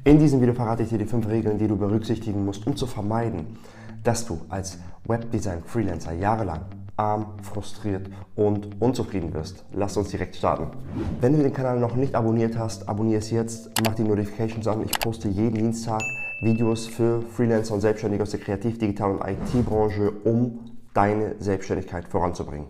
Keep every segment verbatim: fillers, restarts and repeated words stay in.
In diesem Video verrate ich dir die fünf Regeln, die du berücksichtigen musst, um zu vermeiden, dass du als Webdesign-Freelancer jahrelang arm, frustriert und unzufrieden wirst. Lass uns direkt starten. Wenn du den Kanal noch nicht abonniert hast, abonniere es jetzt, mach die Notifications an. Ich poste jeden Dienstag Videos für Freelancer und Selbstständige aus der Kreativ-, Digital- und I T-Branche, um deine Selbstständigkeit voranzubringen.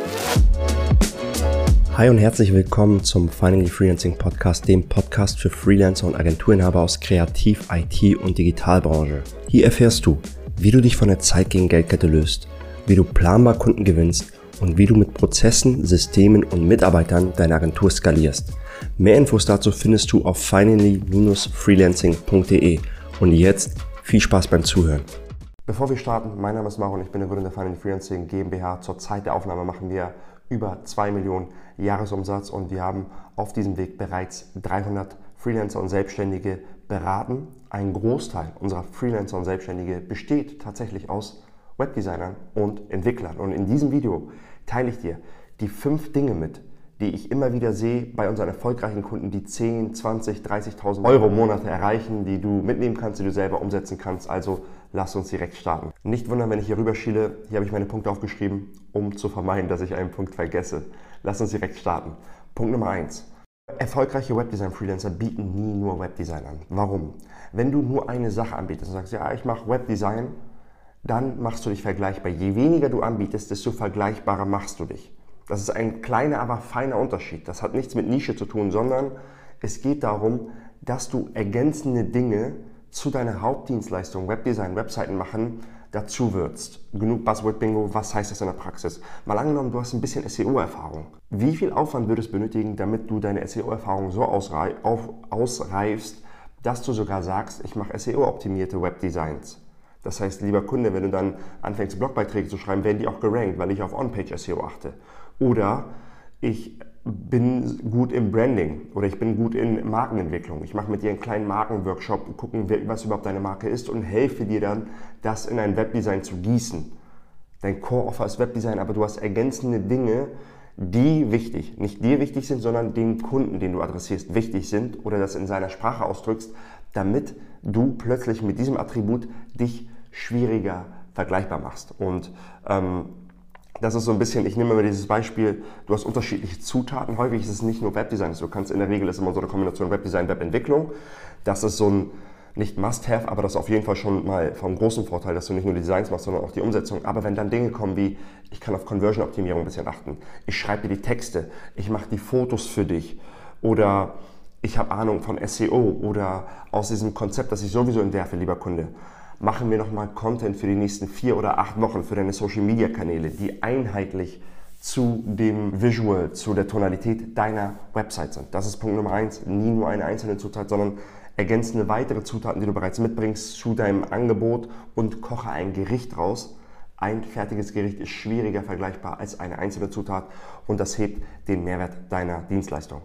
Hi und herzlich willkommen zum Finally Freelancing Podcast, dem Podcast für Freelancer und Agenturinhaber aus Kreativ-, I T- und Digitalbranche. Hier erfährst du, wie du dich von der Zeit gegen Geldkette löst, wie du planbar Kunden gewinnst und wie du mit Prozessen, Systemen und Mitarbeitern deine Agentur skalierst. Mehr Infos dazu findest du auf finally freelancing punkt de. Und jetzt viel Spaß beim Zuhören. Bevor wir starten, mein Name ist Maro und ich bin der Gründer der Finally Freelancing GmbH. Zur Zeit der Aufnahme machen wir über zwei Millionen Jahresumsatz und wir haben auf diesem Weg bereits dreihundert Freelancer und Selbstständige beraten. Ein Großteil unserer Freelancer und Selbstständige besteht tatsächlich aus Webdesignern und Entwicklern. Und in diesem Video teile ich dir die fünf Dinge mit, die ich immer wieder sehe bei unseren erfolgreichen Kunden, die zehn, zwanzig, dreißigtausend Euro im Monat erreichen, die du mitnehmen kannst, die du selber umsetzen kannst. Also lass uns direkt starten. Nicht wundern, wenn ich hier rüber schiele. Hier habe ich meine Punkte aufgeschrieben, um zu vermeiden, dass ich einen Punkt vergesse. Lass uns direkt starten. Punkt Nummer eins. Erfolgreiche Webdesign-Freelancer bieten nie nur Webdesign an. Warum? Wenn du nur eine Sache anbietest und sagst, ja, ich mache Webdesign, dann machst du dich vergleichbar. Je weniger du anbietest, desto vergleichbarer machst du dich. Das ist ein kleiner, aber feiner Unterschied. Das hat nichts mit Nische zu tun, sondern es geht darum, dass du ergänzende Dinge zu deiner Hauptdienstleistung, Webdesign, Webseiten machen, dazu würzt. Genug Buzzword-Bingo, was heißt das in der Praxis? Mal angenommen, du hast ein bisschen S E O-Erfahrung. Wie viel Aufwand würdest du benötigen, damit du deine S E O-Erfahrung so ausrei auf, ausreifst, dass du sogar sagst, ich mache S E O-optimierte Webdesigns? Das heißt, lieber Kunde, wenn du dann anfängst, Blogbeiträge zu schreiben, werden die auch gerankt, weil ich auf On-Page-S E O achte. Oder ich bin gut im Branding oder ich bin gut in Markenentwicklung. Ich mache mit dir einen kleinen Markenworkshop, gucken, was überhaupt deine Marke ist und helfe dir dann, das in ein Webdesign zu gießen. Dein Core-Offer ist Webdesign, aber du hast ergänzende Dinge, die wichtig, nicht dir wichtig sind, sondern dem Kunden, den du adressierst, wichtig sind oder das in seiner Sprache ausdrückst, damit du plötzlich mit diesem Attribut dich schwieriger vergleichbar machst. Und ähm, das ist so ein bisschen, ich nehme mal dieses Beispiel, du hast unterschiedliche Zutaten. Häufig ist es nicht nur Webdesign, du kannst in der Regel, ist immer so eine Kombination Webdesign, Webentwicklung. Das ist so ein, nicht Must-Have, aber das ist auf jeden Fall schon mal vom großen Vorteil, dass du nicht nur die Designs machst, sondern auch die Umsetzung. Aber wenn dann Dinge kommen wie, ich kann auf Conversion-Optimierung ein bisschen achten, ich schreibe dir die Texte, ich mache die Fotos für dich oder ich habe Ahnung von S E O oder aus diesem Konzept, das ich sowieso entwerfe, lieber Kunde, machen wir nochmal Content für die nächsten vier oder acht Wochen für deine Social-Media-Kanäle, die einheitlich zu dem Visual, zu der Tonalität deiner Website sind. Das ist Punkt Nummer eins. Nie nur eine einzelne Zutat, sondern ergänzende weitere Zutaten, die du bereits mitbringst zu deinem Angebot und koche ein Gericht raus. Ein fertiges Gericht ist schwieriger vergleichbar als eine einzelne Zutat und das hebt den Mehrwert deiner Dienstleistung.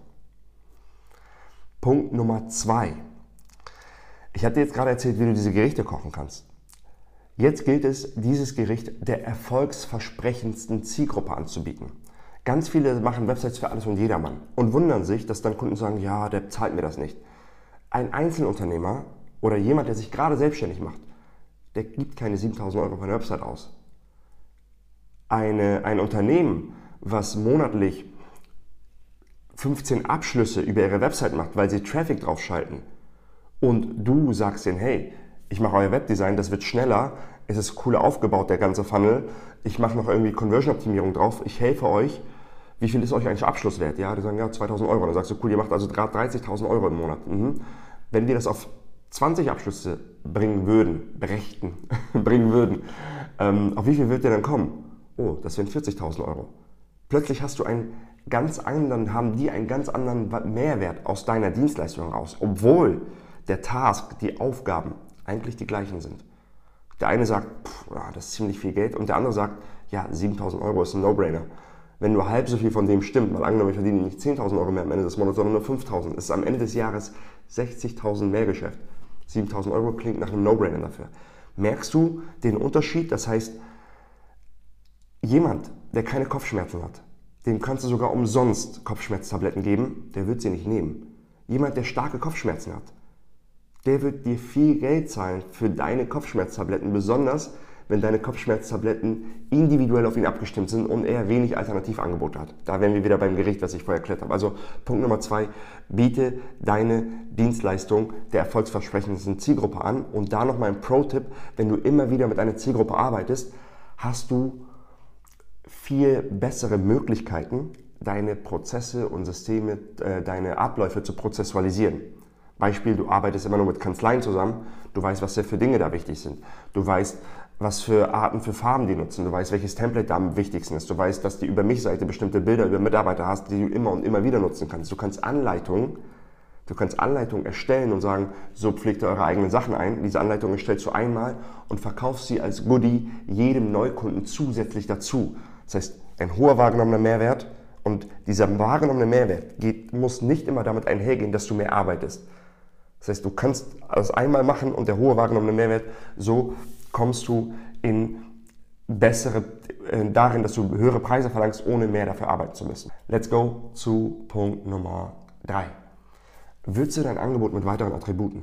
Punkt Nummer zwei. Ich habe dir jetzt gerade erzählt, wie du diese Gerichte kochen kannst. Jetzt gilt es, dieses Gericht der erfolgsversprechendsten Zielgruppe anzubieten. Ganz viele machen Websites für alles und jedermann und wundern sich, dass dann Kunden sagen, ja, der zahlt mir das nicht. Ein Einzelunternehmer oder jemand, der sich gerade selbstständig macht, der gibt keine siebentausend Euro für eine Website aus. Eine, ein Unternehmen, was monatlich fünfzehn Abschlüsse über ihre Website macht, weil sie Traffic draufschalten, und du sagst denen, hey, ich mache euer Webdesign, das wird schneller, es ist cooler aufgebaut, der ganze Funnel, ich mache noch irgendwie Conversion-Optimierung drauf, ich helfe euch, wie viel ist euch eigentlich Abschlusswert? Ja, die sagen, ja, zweitausend Euro. Dann sagst du, cool, ihr macht also gerade dreißigtausend Euro im Monat. Mhm. Wenn wir das auf zwanzig Abschlüsse bringen würden, berechten, bringen würden, ähm, auf wie viel wird der dann kommen? Oh, das wären vierzigtausend Euro. Plötzlich hast du einen ganz anderen, haben die einen ganz anderen Mehrwert aus deiner Dienstleistung raus, obwohl der Task, die Aufgaben eigentlich die gleichen sind. Der eine sagt, pff, ja, das ist ziemlich viel Geld, und der andere sagt, ja, siebentausend Euro ist ein No-Brainer. Wenn nur halb so viel von dem stimmt, mal angenommen, ich verdiene nicht zehntausend Euro mehr am Ende des Monats, sondern nur fünftausend, ist am Ende des Jahres sechzigtausend mehr Geschäft. siebentausend Euro klingt nach einem No-Brainer dafür. Merkst du den Unterschied? Das heißt, jemand, der keine Kopfschmerzen hat, dem kannst du sogar umsonst Kopfschmerztabletten geben, der wird sie nicht nehmen. Jemand, der starke Kopfschmerzen hat, Der wird dir viel Geld zahlen für deine Kopfschmerztabletten, besonders wenn deine Kopfschmerztabletten individuell auf ihn abgestimmt sind und er wenig Alternativangebot hat. Da wären wir wieder beim Gericht, was ich vorher erklärt habe. Also Punkt Nummer zwei, biete deine Dienstleistung der erfolgsversprechendsten Zielgruppe an. Und da nochmal ein Pro-Tipp, wenn du immer wieder mit einer Zielgruppe arbeitest, hast du viel bessere Möglichkeiten, deine Prozesse und Systeme, äh, deine Abläufe zu prozessualisieren. Beispiel, du arbeitest immer nur mit Kanzleien zusammen, du weißt, was für Dinge da wichtig sind. Du weißt, was für Arten für Farben die nutzen. Du weißt, welches Template da am wichtigsten ist. Du weißt, dass die über mich Seite bestimmte Bilder über Mitarbeiter hast, die du immer und immer wieder nutzen kannst. Du kannst Anleitungen, du kannst Anleitungen erstellen und sagen, so pflegt ihr eure eigenen Sachen ein. Diese Anleitung erstellst du einmal und verkaufst sie als Goodie jedem Neukunden zusätzlich dazu. Das heißt, ein hoher wahrgenommener Mehrwert, und dieser wahrgenommene Mehrwert geht, muss nicht immer damit einhergehen, dass du mehr arbeitest. Das heißt, du kannst das einmal machen und der hohe wahrgenommene Mehrwert, so kommst du in bessere, äh, darin, dass du höhere Preise verlangst, ohne mehr dafür arbeiten zu müssen. Let's go zu Punkt Nummer drei. Würze dein Angebot mit weiteren Attributen.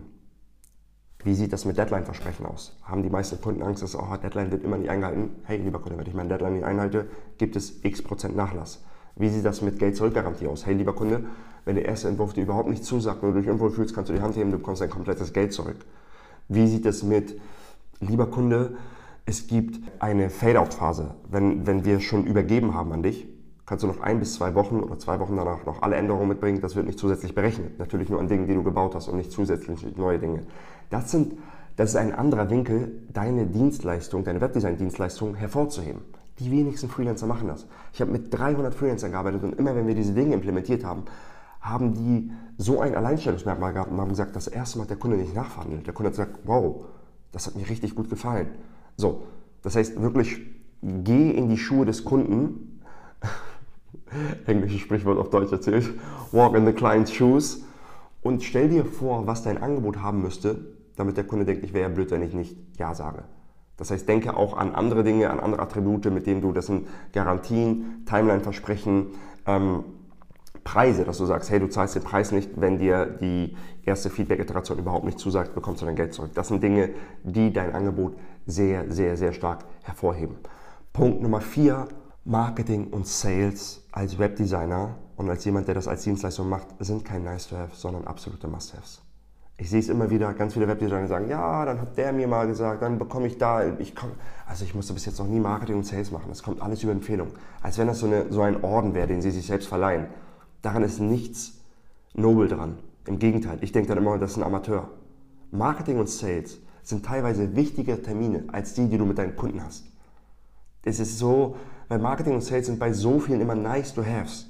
Wie sieht das mit Deadline-Versprechen aus? Haben die meisten Kunden Angst, dass oh, Deadline wird immer nicht eingehalten? Hey, lieber Kunde, wenn ich meine Deadline nicht einhalte, gibt es x Prozent Nachlass. Wie sieht das mit Geld-Zurück-Garantie aus? Hey, lieber Kunde, wenn der erste Entwurf dir überhaupt nicht zusagt und du dich unwohl fühlst, kannst du die Hand heben, du bekommst dein komplettes Geld zurück. Wie sieht es mit, lieber Kunde, es gibt eine Fade-out-Phase. Wenn, wenn wir schon übergeben haben an dich, kannst du noch ein bis zwei Wochen oder zwei Wochen danach noch alle Änderungen mitbringen. Das wird nicht zusätzlich berechnet. Natürlich nur an Dingen, die du gebaut hast und nicht zusätzlich neue Dinge. Das, sind, das ist ein anderer Winkel, deine Dienstleistung, deine Webdesign-Dienstleistung hervorzuheben. Die wenigsten Freelancer machen das. Ich habe mit dreihundert Freelancern gearbeitet und immer wenn wir diese Dinge implementiert haben, haben die so ein Alleinstellungsmerkmal gehabt und haben gesagt, das erste Mal hat der Kunde nicht nachverhandelt. Der Kunde hat gesagt, wow, das hat mir richtig gut gefallen. So, das heißt wirklich, geh in die Schuhe des Kunden. Englisches Sprichwort auf Deutsch erzählt. Walk in the client's shoes. Und stell dir vor, was dein Angebot haben müsste, damit der Kunde denkt, ich wäre ja blöd, wenn ich nicht Ja sage. Das heißt, denke auch an andere Dinge, an andere Attribute, mit denen du, das sind Garantien, Timeline-Versprechen, ähm, Preise, dass du sagst, hey, du zahlst den Preis nicht, wenn dir die erste Feedback-Iteration überhaupt nicht zusagt, bekommst du dein Geld zurück. Das sind Dinge, die dein Angebot sehr, sehr, sehr stark hervorheben. Punkt Nummer vier, Marketing und Sales als Webdesigner und als jemand, der das als Dienstleistung macht, sind kein Nice-to-have, sondern absolute Must-haves. Ich sehe es immer wieder, ganz viele Webdesigner sagen, ja, dann hat der mir mal gesagt, dann bekomme ich da, ich komm, also ich musste bis jetzt noch nie Marketing und Sales machen, das kommt alles über Empfehlung. Als wenn das so, eine, so ein Orden wäre, den sie sich selbst verleihen. Daran ist nichts nobel dran. Im Gegenteil, ich denke dann immer, das ist ein Amateur. Marketing und Sales sind teilweise wichtiger Termine als die, die du mit deinen Kunden hast. Es ist so, weil Marketing und Sales sind bei so vielen immer nice to haves.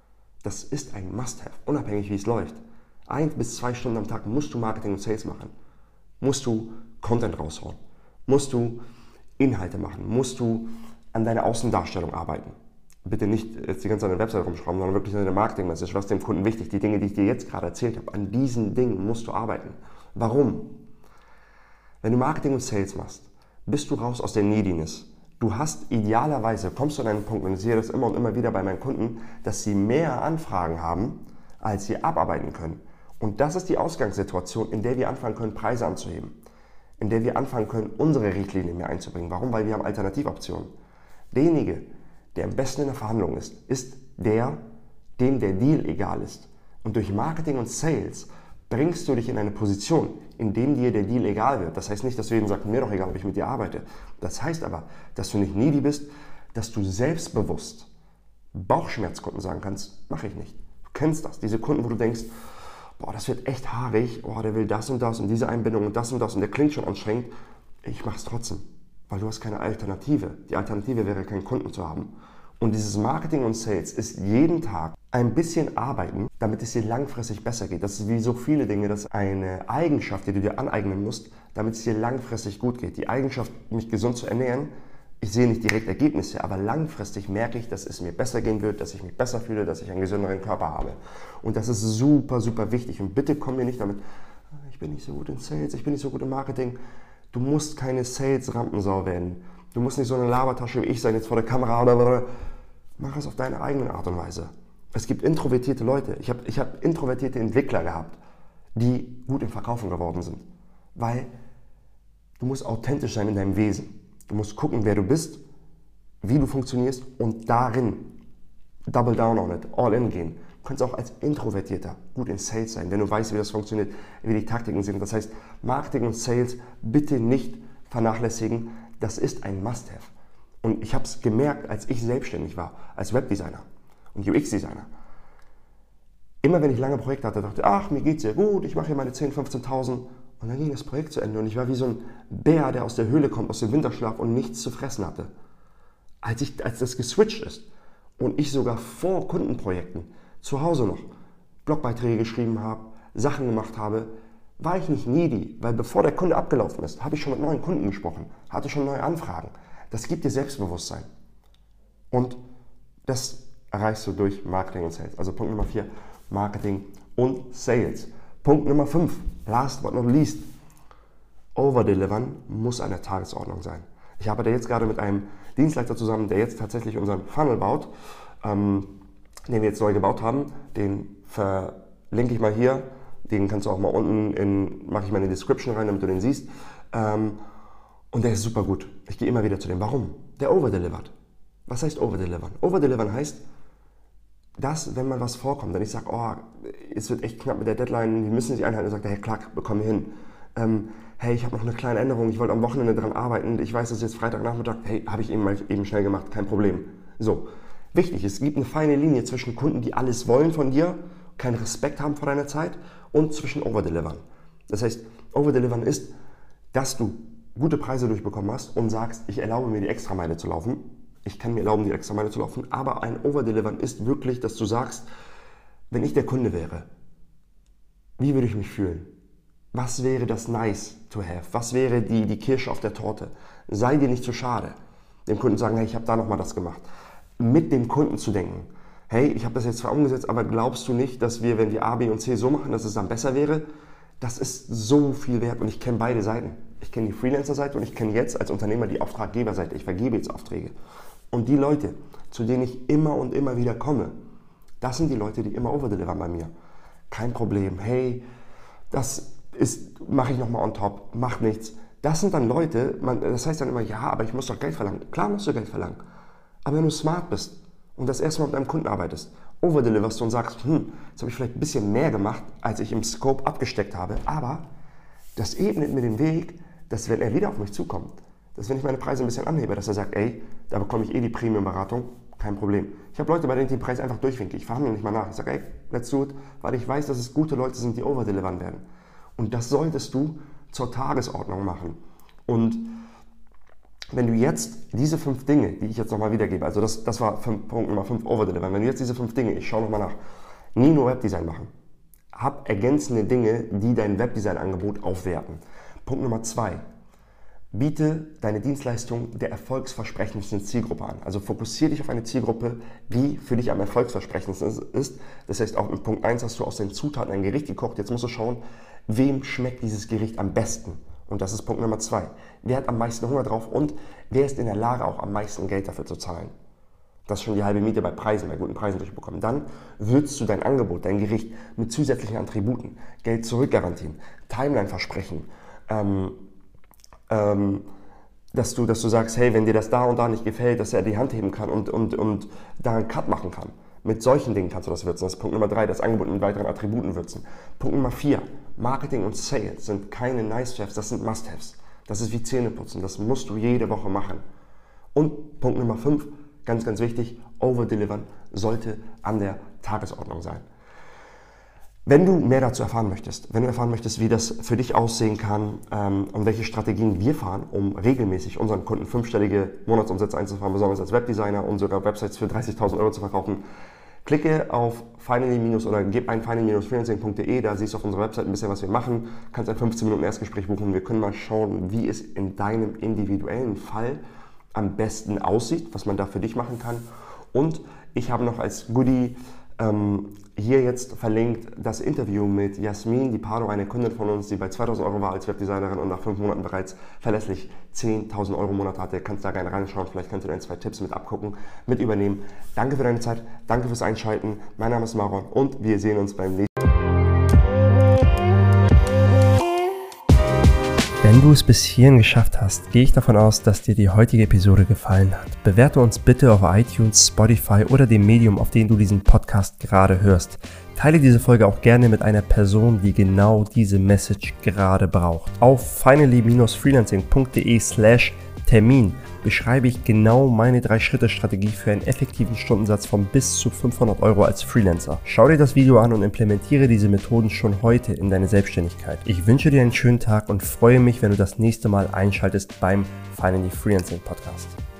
Das ist ein Must-have, unabhängig wie es läuft. Ein bis zwei Stunden am Tag musst du Marketing und Sales machen. Musst du Content raushauen. Musst du Inhalte machen. Musst du an deiner Außendarstellung arbeiten. Bitte nicht jetzt die ganze Zeit an der Website rumschrauben, sondern wirklich an der Marketing-Message. Was ist dem Kunden wichtig? Die Dinge, die ich dir jetzt gerade erzählt habe. An diesen Dingen musst du arbeiten. Warum? Wenn du Marketing und Sales machst, bist du raus aus der Neediness. Du hast idealerweise, kommst du an einen Punkt, und ich sehe das immer und immer wieder bei meinen Kunden, dass sie mehr Anfragen haben, als sie abarbeiten können. Und das ist die Ausgangssituation, in der wir anfangen können, Preise anzuheben. In der wir anfangen können, unsere Richtlinien mehr einzubringen. Warum? Weil wir haben Alternativoptionen. Derjenige, der am besten in der Verhandlung ist, ist der, dem der Deal egal ist. Und durch Marketing und Sales bringst du dich in eine Position, in dem dir der Deal egal wird. Das heißt nicht, dass du jedem sagst, mir doch egal, ob ich mit dir arbeite. Das heißt aber, dass du nicht needy bist, dass du selbstbewusst Bauchschmerzkunden sagen kannst, mache ich nicht. Du kennst das, diese Kunden, wo du denkst, boah, das wird echt haarig, oh, der will das und das und diese Einbindung und das und das und der klingt schon anstrengend. Ich mache es trotzdem, weil du hast keine Alternative. Die Alternative wäre, keinen Kunden zu haben. Und dieses Marketing und Sales ist jeden Tag ein bisschen arbeiten, damit es dir langfristig besser geht. Das ist wie so viele Dinge, das ist eine Eigenschaft, die du dir aneignen musst, damit es dir langfristig gut geht. Die Eigenschaft, mich gesund zu ernähren, ich sehe nicht direkt Ergebnisse, aber langfristig merke ich, dass es mir besser gehen wird, dass ich mich besser fühle, dass ich einen gesünderen Körper habe. Und das ist super, super wichtig. Und bitte komm mir nicht damit, ich bin nicht so gut in Sales, ich bin nicht so gut im Marketing. Du musst keine Sales-Rampensau werden. Du musst nicht so eine Labertasche wie ich sein, jetzt vor der Kamera oder mach es auf deine eigene Art und Weise. Es gibt introvertierte Leute. Ich habe ich hab introvertierte Entwickler gehabt. die gut im Verkaufen geworden sind. Weil du musst authentisch sein in deinem Wesen. Du musst gucken, wer du bist, wie du funktionierst und darin double down on it, all in gehen. Du kannst auch als Introvertierter gut in Sales sein, wenn du weißt, wie das funktioniert, wie die Taktiken sind. Das heißt, Marketing und Sales bitte nicht vernachlässigen. Das ist ein Must-Have. Und ich habe es gemerkt, als ich selbstständig war, als Webdesigner und U X-Designer. Immer wenn ich lange Projekte hatte, dachte ich, ach, mir geht's sehr gut, ich mache hier meine zehntausend, fünfzehntausend. Und dann ging das Projekt zu Ende und ich war wie so ein Bär, der aus der Höhle kommt, aus dem Winterschlaf und nichts zu fressen hatte. Als, ich, als das geswitcht ist und ich sogar vor Kundenprojekten zu Hause noch Blogbeiträge geschrieben habe, Sachen gemacht habe, war ich nicht needy, weil bevor der Kunde abgelaufen ist, habe ich schon mit neuen Kunden gesprochen, hatte schon neue Anfragen. Das gibt dir Selbstbewusstsein. Und das erreichst du durch Marketing und Sales. Also Punkt Nummer vier, Marketing und Sales. Punkt Nummer fünf, last but not least, overdelivern muss an der Tagesordnung sein. Ich arbeite jetzt gerade mit einem Dienstleister zusammen, der jetzt tatsächlich unseren Funnel baut, ähm, den wir jetzt neu gebaut haben. Den verlinke ich mal hier. Den kannst du auch mal unten in, mache ich mal in die Description rein, damit du den siehst. Ähm, und der ist super gut. Ich gehe immer wieder zu dem. Warum? Der overdelivert. Was heißt overdelivern? Overdelivern heißt, dass, wenn mal was vorkommt, wenn ich sage, oh, es wird echt knapp mit der Deadline, wir müssen sie einhalten, dann sagt er, hey, klar, bekommen wir hin. Ähm, hey, ich habe noch eine kleine Änderung, ich wollte am Wochenende dran arbeiten, ich weiß, das ist jetzt Freitagnachmittag, hey, habe ich eben mal eben schnell gemacht, kein Problem. So, wichtig, es gibt eine feine Linie zwischen Kunden, die alles wollen von dir, keinen Respekt haben vor deiner Zeit, und zwischen overdelivern. Das heißt, overdelivern ist, dass du gute Preise durchbekommen hast und sagst, ich erlaube mir die Extrameile zu laufen. Ich kann mir erlauben, die Extrameile zu laufen, aber ein Overdelivern ist wirklich, dass du sagst, wenn ich der Kunde wäre, wie würde ich mich fühlen? Was wäre das nice to have? Was wäre die, die Kirsche auf der Torte? Sei dir nicht zu schade, dem Kunden zu sagen, hey, ich habe da nochmal das gemacht. Mit dem Kunden zu denken, hey, ich habe das jetzt zwar umgesetzt, aber glaubst du nicht, dass wir, wenn wir A, B und C so machen, dass es dann besser wäre? Das ist so viel wert und ich kenne beide Seiten. Ich kenne die Freelancer-Seite und ich kenne jetzt als Unternehmer die Auftraggeberseite. Ich vergebe jetzt Aufträge. Und die Leute, zu denen ich immer und immer wieder komme, das sind die Leute, die immer overdelivern bei mir. Kein Problem, hey, das ist, mache ich nochmal on top, macht nichts. Das sind dann Leute, man, das heißt dann immer, ja, aber ich muss doch Geld verlangen. Klar musst du Geld verlangen. Aber wenn du smart bist und das erste Mal mit einem Kunden arbeitest, overdeliverst du und sagst, hm, jetzt habe ich vielleicht ein bisschen mehr gemacht, als ich im Scope abgesteckt habe, aber das ebnet mir den Weg, dass wenn er wieder auf mich zukommt, dass wenn ich meine Preise ein bisschen anhebe, dass er sagt, ey, da bekomme ich eh die Premium-Beratung, kein Problem. Ich habe Leute, bei denen ich den Preis einfach durchwinke. Ich verhandle nicht mal nach. Ich sage, ey, let's do it, weil ich weiß, dass es gute Leute sind, die overdelivern werden. Und das solltest du zur Tagesordnung machen. Und wenn du jetzt diese fünf Dinge, die ich jetzt nochmal wiedergebe, also das, das war fünf, Punkt Nummer fünf, overdelivern, wenn du jetzt diese fünf Dinge, ich schaue nochmal nach, nie nur Webdesign machen, hab ergänzende Dinge, die dein Webdesign-Angebot aufwerten. Punkt Nummer zwei, biete deine Dienstleistung der erfolgsversprechendsten Zielgruppe an. Also fokussiere dich auf eine Zielgruppe, die für dich am erfolgsversprechendsten ist. Das heißt, auch in Punkt eins hast du aus den Zutaten ein Gericht gekocht. Jetzt musst du schauen, wem schmeckt dieses Gericht am besten. Und das ist Punkt Nummer zwei. Wer hat am meisten Hunger drauf und wer ist in der Lage, auch am meisten Geld dafür zu zahlen? Das ist schon die halbe Miete bei Preisen, bei guten Preisen durchbekommen. Dann würzt du dein Angebot, dein Gericht mit zusätzlichen Attributen, Geld zurückgarantien, Timeline-Versprechen, ähm, ähm, dass du, dass du sagst, hey, wenn dir das da und da nicht gefällt, dass er die Hand heben kann und, und, und da einen Cut machen kann. Mit solchen Dingen kannst du das würzen. Das ist Punkt Nummer drei, das Angebot mit weiteren Attributen würzen. Punkt Nummer vier, Marketing und Sales sind keine Nice-to-Haves, das sind Must-Haves. Das ist wie Zähneputzen, das musst du jede Woche machen. Und Punkt Nummer fünf, ganz, ganz wichtig, overdelivern sollte an der Tagesordnung sein. Wenn du mehr dazu erfahren möchtest, wenn du erfahren möchtest, wie das für dich aussehen kann ähm, und welche Strategien wir fahren, um regelmäßig unseren Kunden fünfstellige Monatsumsätze einzufahren, besonders als Webdesigner und sogar Websites für dreißigtausend Euro zu verkaufen, klicke auf finally- oder gib ein finally freelancing punkt de, da siehst du auf unserer Website ein bisschen, was wir machen, kannst ein fünfzehn Minuten Erstgespräch buchen. Wir können mal schauen, wie es in deinem individuellen Fall am besten aussieht, was man da für dich machen kann. Und ich habe noch als Goodie ähm, hier jetzt verlinkt das Interview mit Jasmin Di Pardo, eine Kundin von uns, die bei zweitausend Euro war als Webdesignerin und nach fünf Monaten bereits verlässlich zehntausend Euro im Monat hatte. Kannst da gerne reinschauen, vielleicht kannst du deine zwei Tipps mit abgucken, mit übernehmen. Danke für deine Zeit, danke fürs Einschalten. Mein Name ist Maron und wir sehen uns beim nächsten Mal. Wenn du es bis hierhin geschafft hast, gehe ich davon aus, dass dir die heutige Episode gefallen hat. Bewerte uns bitte auf iTunes, Spotify oder dem Medium, auf dem du diesen Podcast gerade hörst. Teile diese Folge auch gerne mit einer Person, die genau diese Message gerade braucht. Auf finally-freelancing.de slash Termin beschreibe ich genau meine drei Schritte Strategie für einen effektiven Stundensatz von bis zu fünfhundert Euro als Freelancer. Schau dir das Video an und implementiere diese Methoden schon heute in deine Selbstständigkeit. Ich wünsche dir einen schönen Tag und freue mich, wenn du das nächste Mal einschaltest beim Finally Freelancing Podcast.